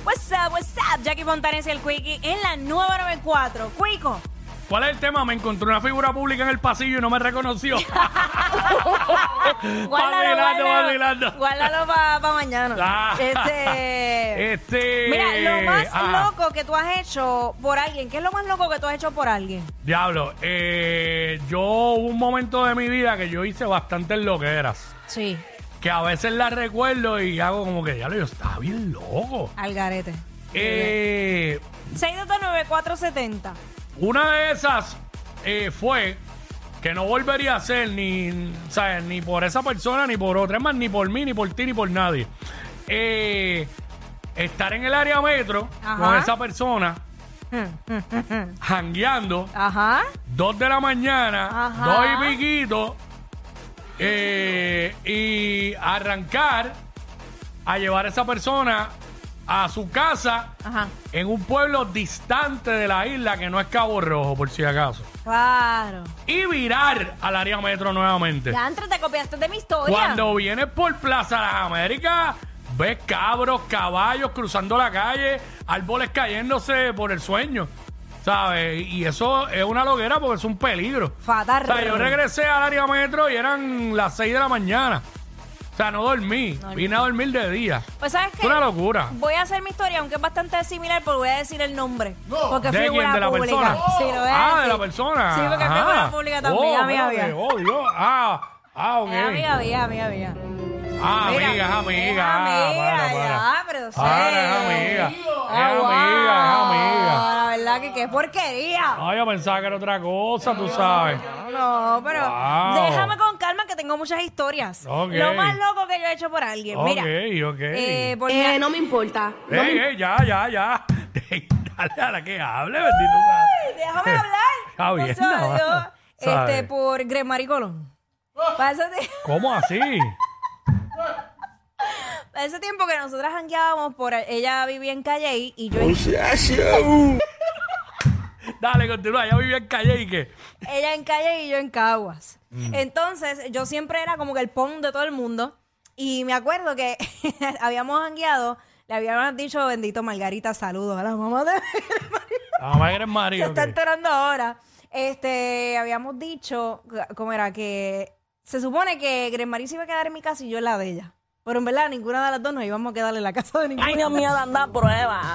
What's up? Jackie Fontanes y el Quickie en la nueva 94. Quico. ¿Cuál es el tema? Me encontré una figura pública en el pasillo y no me reconoció. Vacilando. Guárdalo para mañana. Mira, lo más loco que tú has hecho por alguien. ¿Qué es lo más loco que tú has hecho por alguien? Diablo, yo hubo un momento de mi vida que yo hice bastantes loqueras. Sí. Que a veces las recuerdo y hago como que, diablo, yo estaba bien loco. Al garete. 6229470. Una de esas fue que no volvería a ser ni por esa persona ni por otra, es más, ni por mí, ni por ti, ni por nadie. Estar en el área metro con esa persona, jangueando, 2 de la mañana, 2 y piquito, y arrancar a llevar a esa persona a su casa en un pueblo distante de la isla que no es Cabo Rojo, por si acaso. Claro. Y virar al área metro nuevamente. Ya antes te copiaste de mi historia. Cuando vienes por Plaza Las Américas, ves cabros, caballos cruzando la calle, árboles cayéndose por el sueño, ¿sabes? Y eso es una loquera porque es un peligro. Fatal. O sea, yo regresé al área metro y eran las 6 de la mañana. O sea, no dormí. Vine a dormir de día. Pues, ¿sabes qué? Es una locura. Voy a hacer mi historia, aunque es bastante similar, pero voy a decir el nombre. Porque ¿De figura quién? ¿De la pública. persona? Sí, lo voy a decir. De la persona. Sí, porque es figura pública también, amiga. Dios. Ok. Amiga. Mira, amiga. Ya, pero sé. Es amiga. La verdad que qué porquería. No, yo pensaba que era otra cosa, tú sabes. No, pero déjame con calma que tengo muchas historias. Ok. Lo más loco que yo he hecho por alguien. Mira. Ok. No me importa. Ya. Dale a la que hable, bendito sea. Déjame hablar. Está bien, Pues, no, ¿sabes? por Gremari Colón. Pásate. ¿Cómo así? Ese tiempo que nosotras jangueábamos ella vivía en Calley y yo Dale, continúa. Ya vivía en Calle y qué. ella en Calley y yo en Caguas. Entonces, yo siempre era como que el pon de todo el mundo. Y me acuerdo que habíamos jangueado, le habíamos dicho, bendito Margarita, saludos a la mamá de La mamá de Mario. se está enterando ahora. Habíamos dicho, ¿cómo era? Que se supone que Gremari se iba a quedar en mi casa y yo en la de ella. Pero en verdad, ninguna de las dos nos íbamos a quedar en la casa de ninguna. Ay, Dios mío, anda prueba.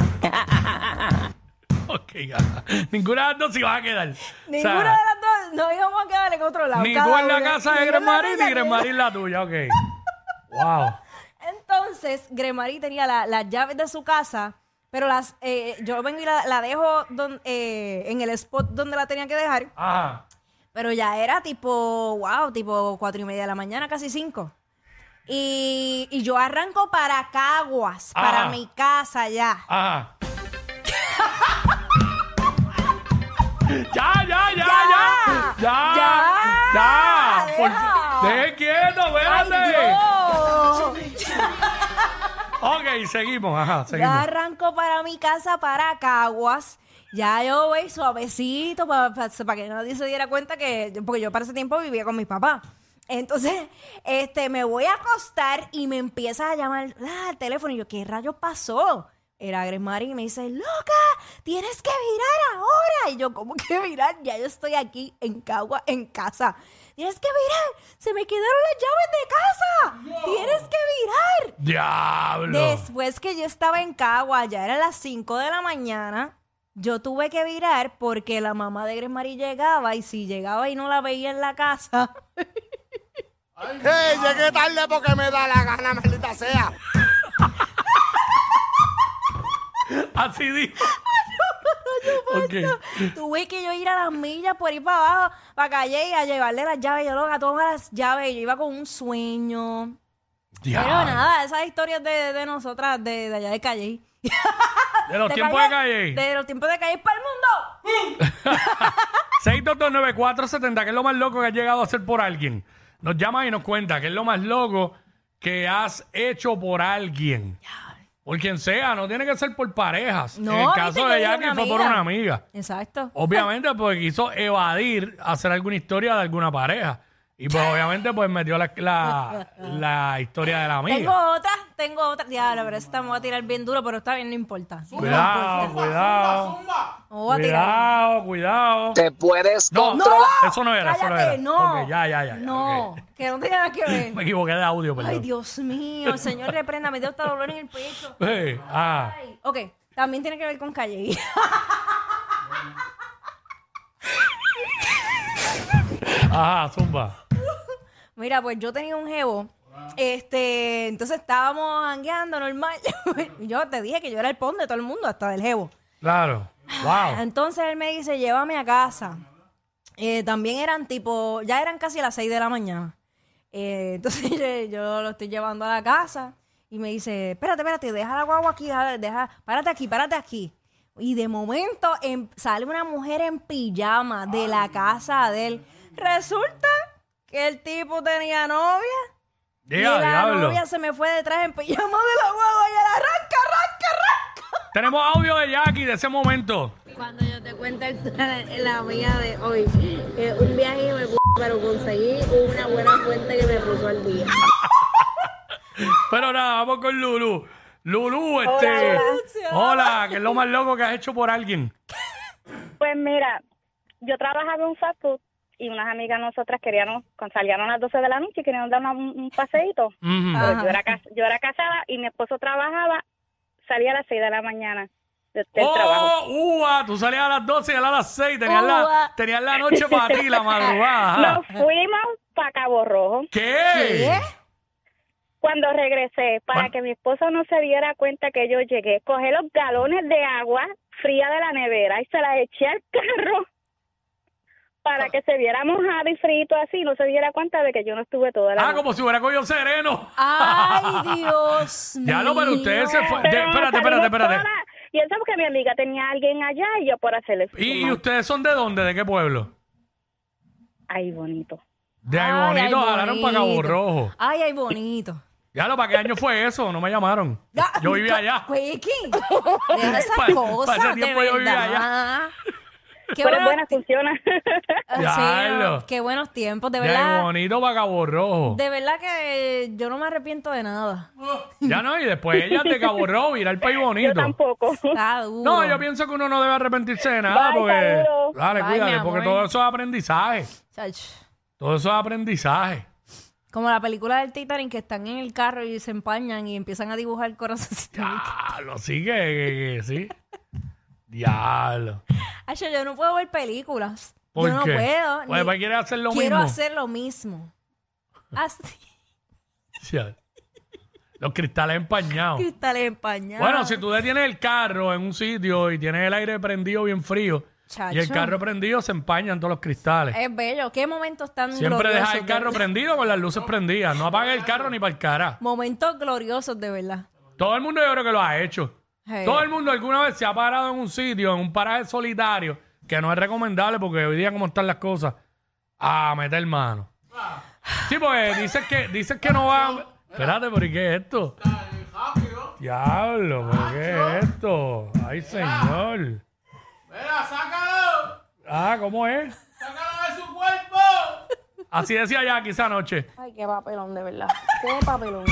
Ok, ninguna de las dos se iba a quedar. Ninguna de las dos nos íbamos a quedar en otro lado. Ni cada tú en la una. casa de Gremari, ni Gremari en la tuya, ok. Wow. Entonces, Gremari tenía las llaves de su casa, pero yo vengo y la dejo en el spot donde la tenía que dejar. Ajá. Pero ya era tipo 4:30 de la mañana, casi 5. Y yo arranco para Caguas, para mi casa ya. Ajá. Ya. Deje quieto, espérate. Ok, seguimos. Ya arranco para mi casa, para Caguas. Ya yo voy suavecito para que nadie se diera cuenta porque yo para ese tiempo vivía con mis papás. Entonces, me voy a acostar y me empieza a llamar al teléfono. Y yo, ¿qué rayos pasó? Era Gremari y me dice, loca, tienes que virar ahora. Y yo, ¿cómo que virar? Ya yo estoy aquí en Cagua, en casa. Tienes que virar. Se me quedaron las llaves de casa. Tienes que virar. Diablo. Después que yo estaba en Cagua, ya eran las 5 de la mañana, yo tuve que virar porque la mamá de Gremari llegaba y si llegaba y no la veía en la casa... ¡Hey! Llegué tarde porque me da la gana, maldita sea. Así dijo. Tuve que yo ir a las millas por ir para abajo, para Calle y a llevarle las llaves. Yo loca, todas las llaves. Yo iba con un sueño. Diablo. Pero nada, esas historias de nosotras, de allá de Calle. De los tiempos de Calle. De los tiempos de Calle para el mundo. 6229470, ¿qué es lo más loco que has llegado a hacer por alguien? Nos llama y nos cuenta qué es lo más loco que has hecho por alguien. Por quien sea, no tiene que ser por parejas. No, en el caso viste, de yo dije Jackie una fue por amiga. una amiga. Exacto. Obviamente porque quiso evadir hacer alguna historia de alguna pareja. Y pues obviamente pues metió la historia de la amiga. Tengo otra. tengo otra. Diablo, pero esta me voy a tirar bien duro, pero está bien, no importa. Cuidado, cuidado. Me voy a tirar. Cuidado. Te puedes No, controlar. eso no era, eso no Cállate, era. no. Ok, ya. No, Ok. que no tiene nada que ver. Me equivoqué de audio, perdón. Ay, Dios mío, el Señor reprenda, me dio hasta dolor en el pecho. Ay. Ok, también tiene que ver con Calle. Ajá, zumba. Mira, pues yo tenía un jevo. Entonces estábamos jangueando normal. Y yo te dije que yo era el pon de todo el mundo, hasta del jevo. Claro. Wow. Entonces él me dice, llévame a casa. También ya eran casi las 6 de la mañana. Entonces yo lo estoy llevando a la casa y me dice, espérate, deja la guagua aquí, párate aquí. Y de momento sale una mujer en pijama de la casa de él. Resulta que el tipo tenía novia. Y la Diablo. novia se me fue detrás en pijama de la guagua y él arranca. Tenemos audio de Jackie de ese momento. Cuando yo te cuento la mía de hoy, un viaje me puso, pero conseguí una buena fuente que me puso al día. Pero nada, vamos con Lulu. Lulu, hola, ¿qué es lo más loco que has hecho por alguien? Pues mira, yo trabajaba en un fast food y unas amigas nosotras salíamos a las 12 de la noche y queríamos dar un paseíto. Ujú. Pero yo era casada y mi esposo trabajaba, salía a las 6 de la mañana del trabajo. Tú salías a las 12 y él a las 6. Tenías la noche para ti, la madrugada. Nos fuimos para Cabo Rojo. ¿Qué? Cuando regresé, para que mi esposo no se diera cuenta que yo llegué, cogí los galones de agua fría de la nevera y se las eché al carro para que se viera mojado y frito así y no se diera cuenta de que yo no estuve toda la noche. Como si hubiera cogido sereno. Ay, Dios mío. Ya no, pero ustedes se fue. Pero Espérate. sola. Y él sabe que mi amiga tenía a alguien allá y yo por hacerle ¿Y ustedes son de dónde? ¿De qué pueblo? Ay, bonito. De ahí bonito, jalaron para Cabo Rojo. Ay, bonito. Ya ¿para qué año fue eso? No me llamaron. Yo vivía allá. Quickie, deja esas Pa- cosas, pa' ese de tiempo yo vivía verdad. Qué Pero es buenos- buena, funciona. Diablo. sí, qué buenos tiempos, de De ahí verdad. bonito para Cabo Rojo. De verdad que yo no me arrepiento de nada. Ya no, y después ella de Cabo Rojo ir al país Yo bonito. tampoco. Está duro. No, yo pienso que uno no debe arrepentirse de nada Bye, porque... saludos. Dale, Bye, cuídate, mi porque amor. todo eso es aprendizaje. Chach. Todo eso es aprendizaje. Como la película del Titanic, que están en el carro y se empañan y empiezan a dibujar corazoncitos. Diablo, sí que sí. Diablo. Ay, yo no puedo ver películas. ¿Por yo no qué? puedo. Pues, ¿para qué quieres hacer lo Quiero mismo? hacer lo mismo. Así. Ya. Los cristales empañados. Cristales empañados. Bueno, si tú detienes el carro en un sitio y tienes el aire prendido bien frío Chacho. y el carro prendido, se empañan todos los cristales. Es bello. ¿Qué momentos tan Siempre gloriosos? deja el carro de- prendido con las luces prendidas. No apagues el carro ni para el cara. Momentos gloriosos, de verdad. Todo el mundo yo creo que lo ha hecho. Hey. Todo el mundo alguna vez se ha parado en un sitio, en un paraje solitario, que no es recomendable porque hoy día como están las cosas, a meter mano. Sí, porque dices que no va... Espérate, ¿pero y qué es esto? Diablo, ¿pero qué es esto? Ay, señor. Mira, sácalo. ¿Cómo es? Sácalo de su cuerpo. Así decía Jackie esa noche. Ay, qué papelón, de verdad. Qué papelón.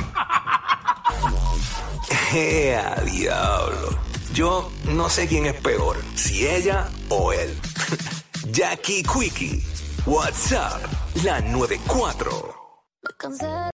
¡Ea, diablo! Yo no sé quién es peor, si ella o él. Jackie Quickie, WhatsApp, la 94.